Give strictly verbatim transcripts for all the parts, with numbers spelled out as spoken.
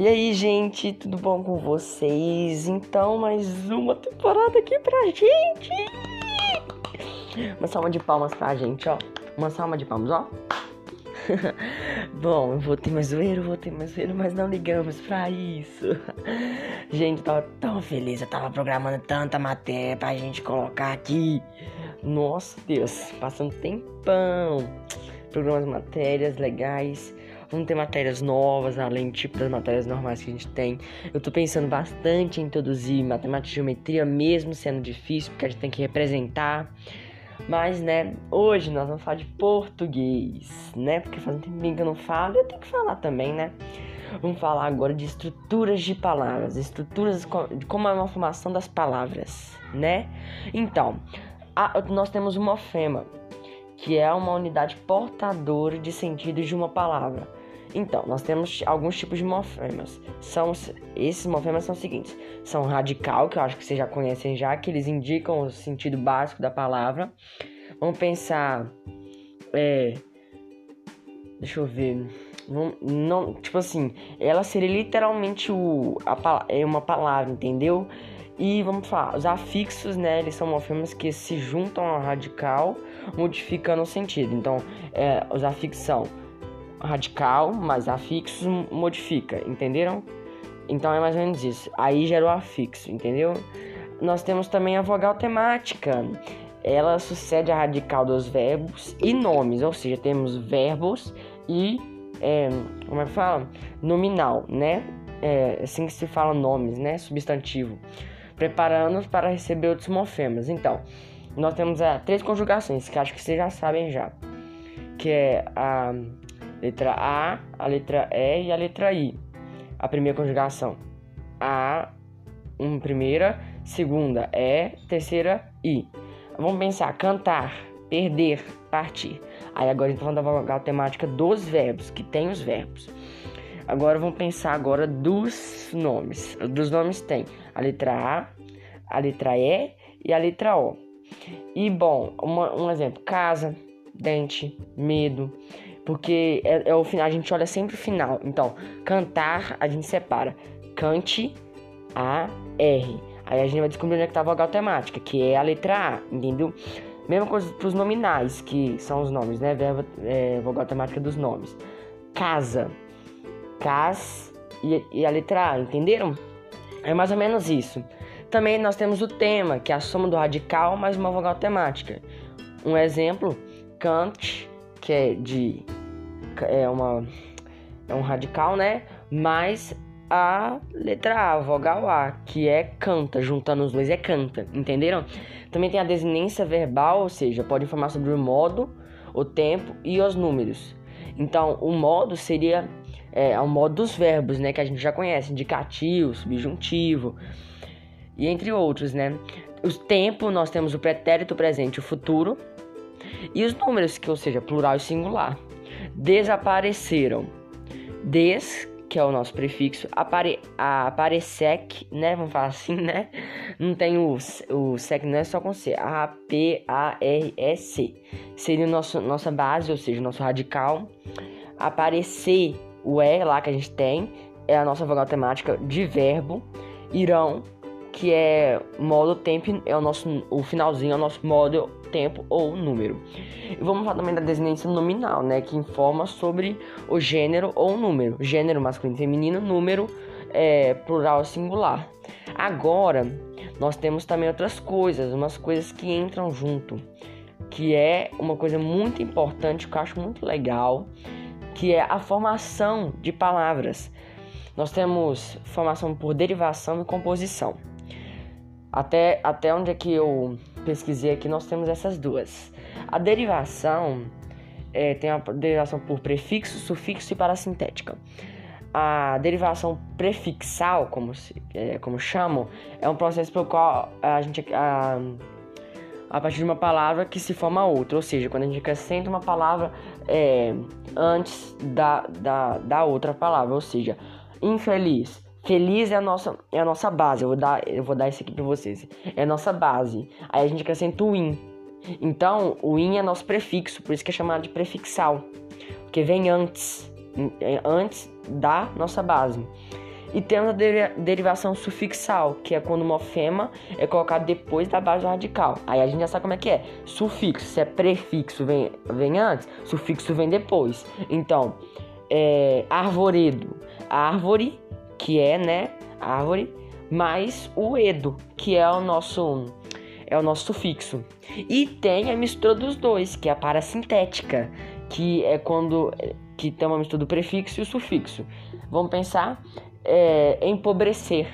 E aí, gente, tudo bom com vocês? Então, mais uma temporada aqui pra gente! Uma salva de palmas pra gente, ó. Uma salva de palmas, ó. Bom, eu vou ter mais zoeiro, vou ter mais zoeiro, mas não ligamos pra isso. Gente, eu tava tão feliz, eu tava programando tanta matéria pra gente colocar aqui. Nossa, Deus, passando tempão. Programas, matérias legais. Vamos ter matérias novas, além tipo das matérias normais que a gente tem. Eu tô pensando bastante em introduzir matemática e geometria, mesmo sendo difícil, porque a gente tem que representar. Mas, né, hoje nós vamos falar de português, né? Porque faz um tempinho que eu não falo e eu tenho que falar também, né? Vamos falar agora de estruturas de palavras, estruturas de como é uma formação das palavras, né? Então, a, nós temos um morfema, que é uma unidade portadora de sentido de uma palavra. Então, nós temos alguns tipos de morfemas. São, esses morfemas são os seguintes. São radical, que eu acho que vocês já conhecem já, que eles indicam o sentido básico da palavra. Vamos pensar... É, deixa eu ver... Não, não, tipo assim, ela seria literalmente o, a, é uma palavra, entendeu? E vamos falar, os afixos, né, eles são morfemas que se juntam ao radical, modificando o sentido. Então, é, os afixos são radical, mais afixos modifica, entenderam? Então é mais ou menos isso. Aí gera o afixo, entendeu? Nós temos também a vogal temática. Ela sucede a radical dos verbos e nomes, ou seja, temos verbos e, é, como é que fala? Nominal, né? É assim que se fala nomes, né? Substantivo. Preparando-nos para receber outros morfemas. Então, nós temos é, três conjugações, que acho que vocês já sabem já. Que é a letra A, a letra E e a letra I. A primeira conjugação. A, uma primeira, segunda E, terceira I. Vamos pensar, cantar, perder, partir. Aí agora a gente tá falando da vogal temática dos verbos, que tem os verbos. Agora vamos pensar agora dos nomes. Dos nomes tem a letra A, a letra E e a letra O. E bom, uma, um exemplo, casa, dente, medo, porque é, é o final, a gente olha sempre o final. Então, cantar, a gente separa cante, A, R. Aí a gente vai descobrir onde é que tá a vogal temática, que é a letra A, entendeu? Mesma coisa pros nominais, que são os nomes, né? Verbo, é, vogal temática dos nomes. Casa, cas e, e a letra A, entenderam? É mais ou menos isso. Também nós temos o tema, que é a soma do radical mais uma vogal temática. Um exemplo, cante, que é de é uma é um radical, né? Mais a letra A, a vogal A, que é canta, juntando os dois é canta, entenderam? Também tem a desinência verbal, ou seja, pode informar sobre o modo, o tempo e os números. Então, o modo seria é, o modo dos verbos, né? Que a gente já conhece, indicativo, subjuntivo e entre outros, né? Os tempos, nós temos o pretérito, o presente e o futuro. E os números, que ou seja, plural e singular. Desapareceram. Des, que é o nosso prefixo, apare, a, aparecec, né? Vamos falar assim, né? Não tem o, o sec, não é só com C. A, P, A, R, E, C. Seria o nosso, nossa base, ou seja, o nosso radical. Aparecer, o E lá que a gente tem, é a nossa vogal temática de verbo. Irão, que é modo, tempo, é o nosso, o finalzinho é o nosso modo, tempo ou número. E vamos falar também da desinência nominal, né, que informa sobre o gênero ou número. Gênero masculino e feminino, número é, plural ou singular. Agora, nós temos também outras coisas, umas coisas que entram junto, que é uma coisa muito importante, que eu acho muito legal, que é a formação de palavras. Nós temos formação por derivação e composição. Até, até onde é que eu pesquisei aqui, nós temos essas duas. A derivação é, tem a derivação por prefixo, sufixo e parassintética. A derivação prefixal, como, se, é, como chamam, é um processo pelo qual a gente, a, a partir de uma palavra que se forma outra. Ou seja, quando a gente acrescenta uma palavra é, antes da, da, da outra palavra. Ou seja, infeliz. Feliz é a nossa, é a nossa base. Eu vou dar, eu vou dar isso aqui pra vocês. É a nossa base. Aí a gente acrescenta o in. Então, o in é nosso prefixo. Por isso que é chamado de prefixal. Porque vem antes. Antes da nossa base. E temos a deri- derivação sufixal, que é quando o morfema é colocado depois da base do radical. Aí a gente já sabe como é que é. Sufixo, se é prefixo vem, vem antes, sufixo vem depois. Então, é, arvoredo, árvore, que é, né, árvore, mais o edo, que é o nosso, é o nosso sufixo. E tem a mistura dos dois, que é a parassintética, que é quando que tem uma mistura do prefixo e o sufixo. Vamos pensar é, empobrecer,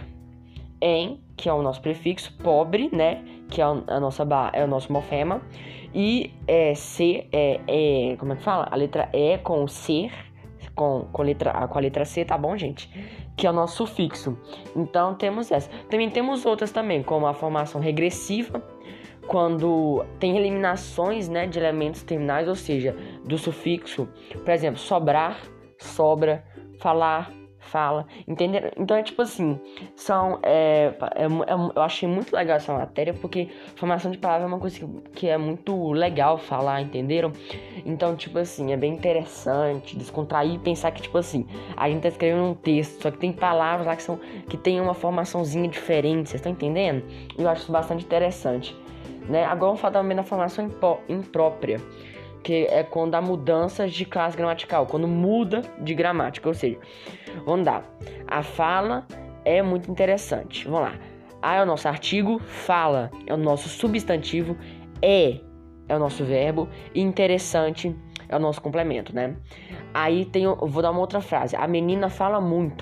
em, que é o nosso prefixo, pobre, né, que é a nossa é o nosso morfema, e é, ser, é, é, como é que fala? A letra E com ser, com, com, letra, com a letra C, tá bom, gente? Que é o nosso sufixo. Então temos essa. Também temos outras também, como a formação regressiva, quando tem eliminações, né, de elementos terminais, ou seja, do sufixo. Por exemplo, sobrar, sobra, falar, fala, entender? Então é tipo assim, são, é, é, é, eu achei muito legal essa matéria, porque formação de palavra é uma coisa que, que é muito legal falar, entenderam? Então, tipo assim, é bem interessante descontrair e pensar que, tipo assim, a gente tá escrevendo um texto, só que tem palavras lá que, são, que tem uma formaçãozinha diferente, vocês estão entendendo? Eu acho isso bastante interessante, né? Agora vamos falar também da formação impó, imprópria, que é quando há mudanças de classe gramatical, quando muda de gramática, ou seja, vamos dar, a fala é muito interessante, vamos lá, a é o nosso artigo, fala é o nosso substantivo, é é o nosso verbo, e interessante é o nosso complemento, né? Aí tem, eu vou dar uma outra frase, a menina fala muito,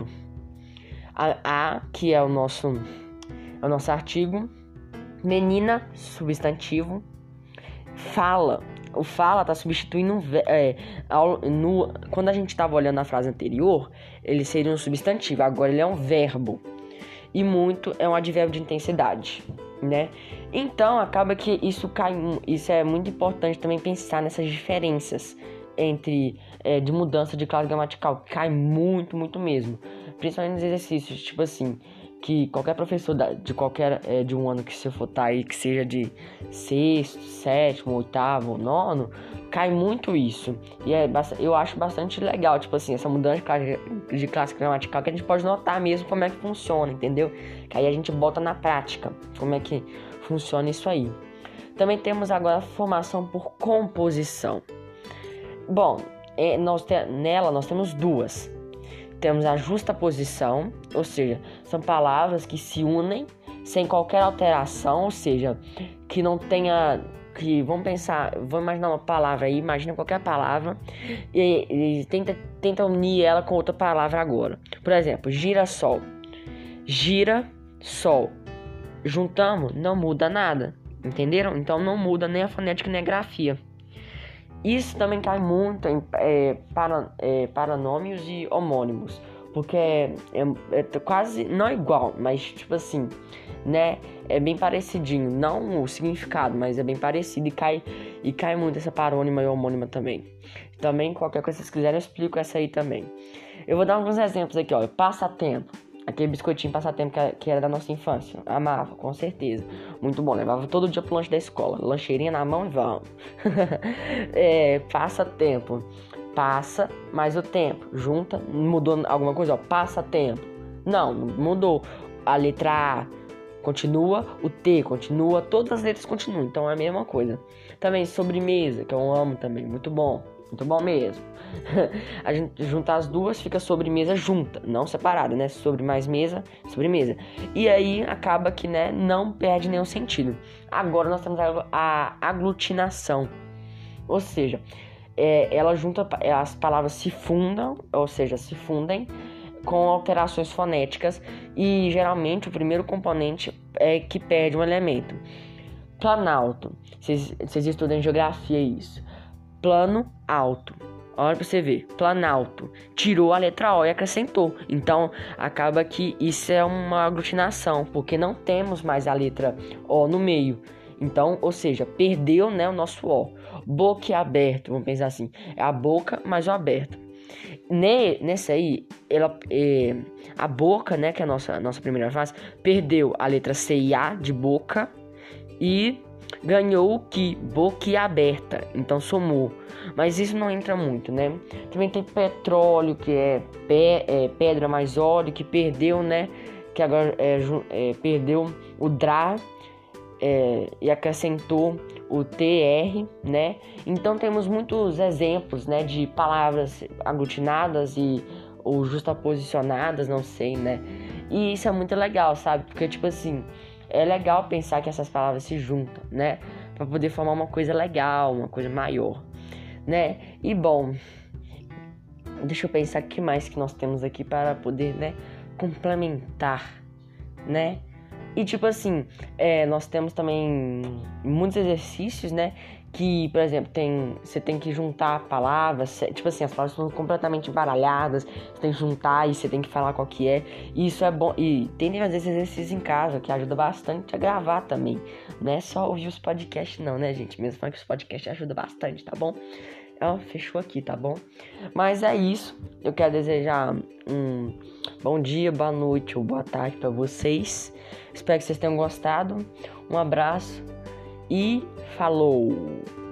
a, a que é o nosso, é o nosso artigo, menina, substantivo, fala, o fala tá substituindo é, no, quando a gente estava olhando a frase anterior, ele seria um substantivo, agora ele é um verbo, e muito é um advérbio de intensidade, né? Então acaba que isso cai, isso é muito importante também pensar nessas diferenças entre é, de mudança de classe gramatical, cai muito, muito mesmo, principalmente nos exercícios, tipo assim, que qualquer professor de qualquer é, de um ano que você for tá aí, que seja de sexto, sétimo, oitavo, nono, cai muito isso. E é, eu acho bastante legal, tipo assim, essa mudança de classe, de classe gramatical, que a gente pode notar mesmo como é que funciona, entendeu? Que aí a gente bota na prática como é que funciona isso aí. Também temos agora a formação por composição. Bom, é, nós te, nela nós temos duas. Temos a justaposição, ou seja, são palavras que se unem sem qualquer alteração, ou seja, que não tenha, que vamos pensar, vamos imaginar uma palavra aí, imagina qualquer palavra e, e tenta, tenta unir ela com outra palavra agora. Por exemplo, girassol, gira, sol, juntamos, não muda nada, entenderam? Então não muda nem a fonética nem a grafia. Isso também cai muito em é, para, é, paranômios e homônimos, porque é, é, é quase, não igual, mas tipo assim, né, é bem parecidinho, não o significado, mas é bem parecido e cai, e cai muito essa parônima e homônima também. Também, qualquer coisa que vocês quiserem, eu explico essa aí também. Eu vou dar alguns exemplos aqui, ó, passatempo. Aquele biscoitinho passatempo que, que era da nossa infância. Amava, com certeza. Muito bom. Levava todo dia pro lanche da escola. Lancheirinha na mão e vamos. é, passatempo. Passa mais o tempo. Junta. Mudou alguma coisa? Ó, passatempo. Não, mudou. A letra A continua. O T continua. Todas as letras continuam. Então é a mesma coisa. Também sobremesa, que eu amo também. Muito bom. Muito bom mesmo. A gente juntar as duas fica sobremesa junta, não separada, né? Sobre mais mesa, sobremesa. E aí acaba que, né, não perde nenhum sentido. Agora nós temos a, a aglutinação. Ou seja, é, ela junta, as palavras se fundam, ou seja, se fundem com alterações fonéticas. E geralmente o primeiro componente é que perde um elemento. Planalto. Vocês, vocês estudam em geografia isso. Plano alto. Olha pra você ver. Planalto. Tirou a letra O e acrescentou. Então, acaba que isso é uma aglutinação, porque não temos mais a letra O no meio. Então, ou seja, perdeu, né, o nosso O. Boquiaberto, vamos pensar assim. É a boca mais o aberto. Ne, nessa aí, ela, é, a boca, né, que é a nossa, nossa primeira frase, perdeu a letra C e A de boca e ganhou o que? Boquiaberta, então somou. Mas isso não entra muito, né? Também tem petróleo, que é, pe, é pedra mais óleo, que perdeu, né? Que agora é, é, perdeu o dra é, e acrescentou o tr, né? Então temos muitos exemplos, né? De palavras aglutinadas e ou justaposicionadas, não sei, né? E isso é muito legal, sabe? Porque, tipo assim, é legal pensar que essas palavras se juntam, né? Pra poder formar uma coisa legal, uma coisa maior, né? E bom, deixa eu pensar o que mais que nós temos aqui para poder, né, complementar, né? E tipo assim, é, nós temos também muitos exercícios, né? Que, por exemplo, tem, você tem que juntar palavras, tipo assim, as palavras estão completamente embaralhadas, você tem que juntar e você tem que falar qual que é. E isso é bom, e tentem fazer esse exercício em casa, que ajuda bastante a gravar também. Não é só ouvir os podcasts não, né, gente? Mesmo falando que os podcasts ajudam bastante, tá bom? Ó, fechou aqui, tá bom? Mas é isso, eu quero desejar um bom dia, boa noite ou boa tarde pra vocês. Espero que vocês tenham gostado. Um abraço e falou!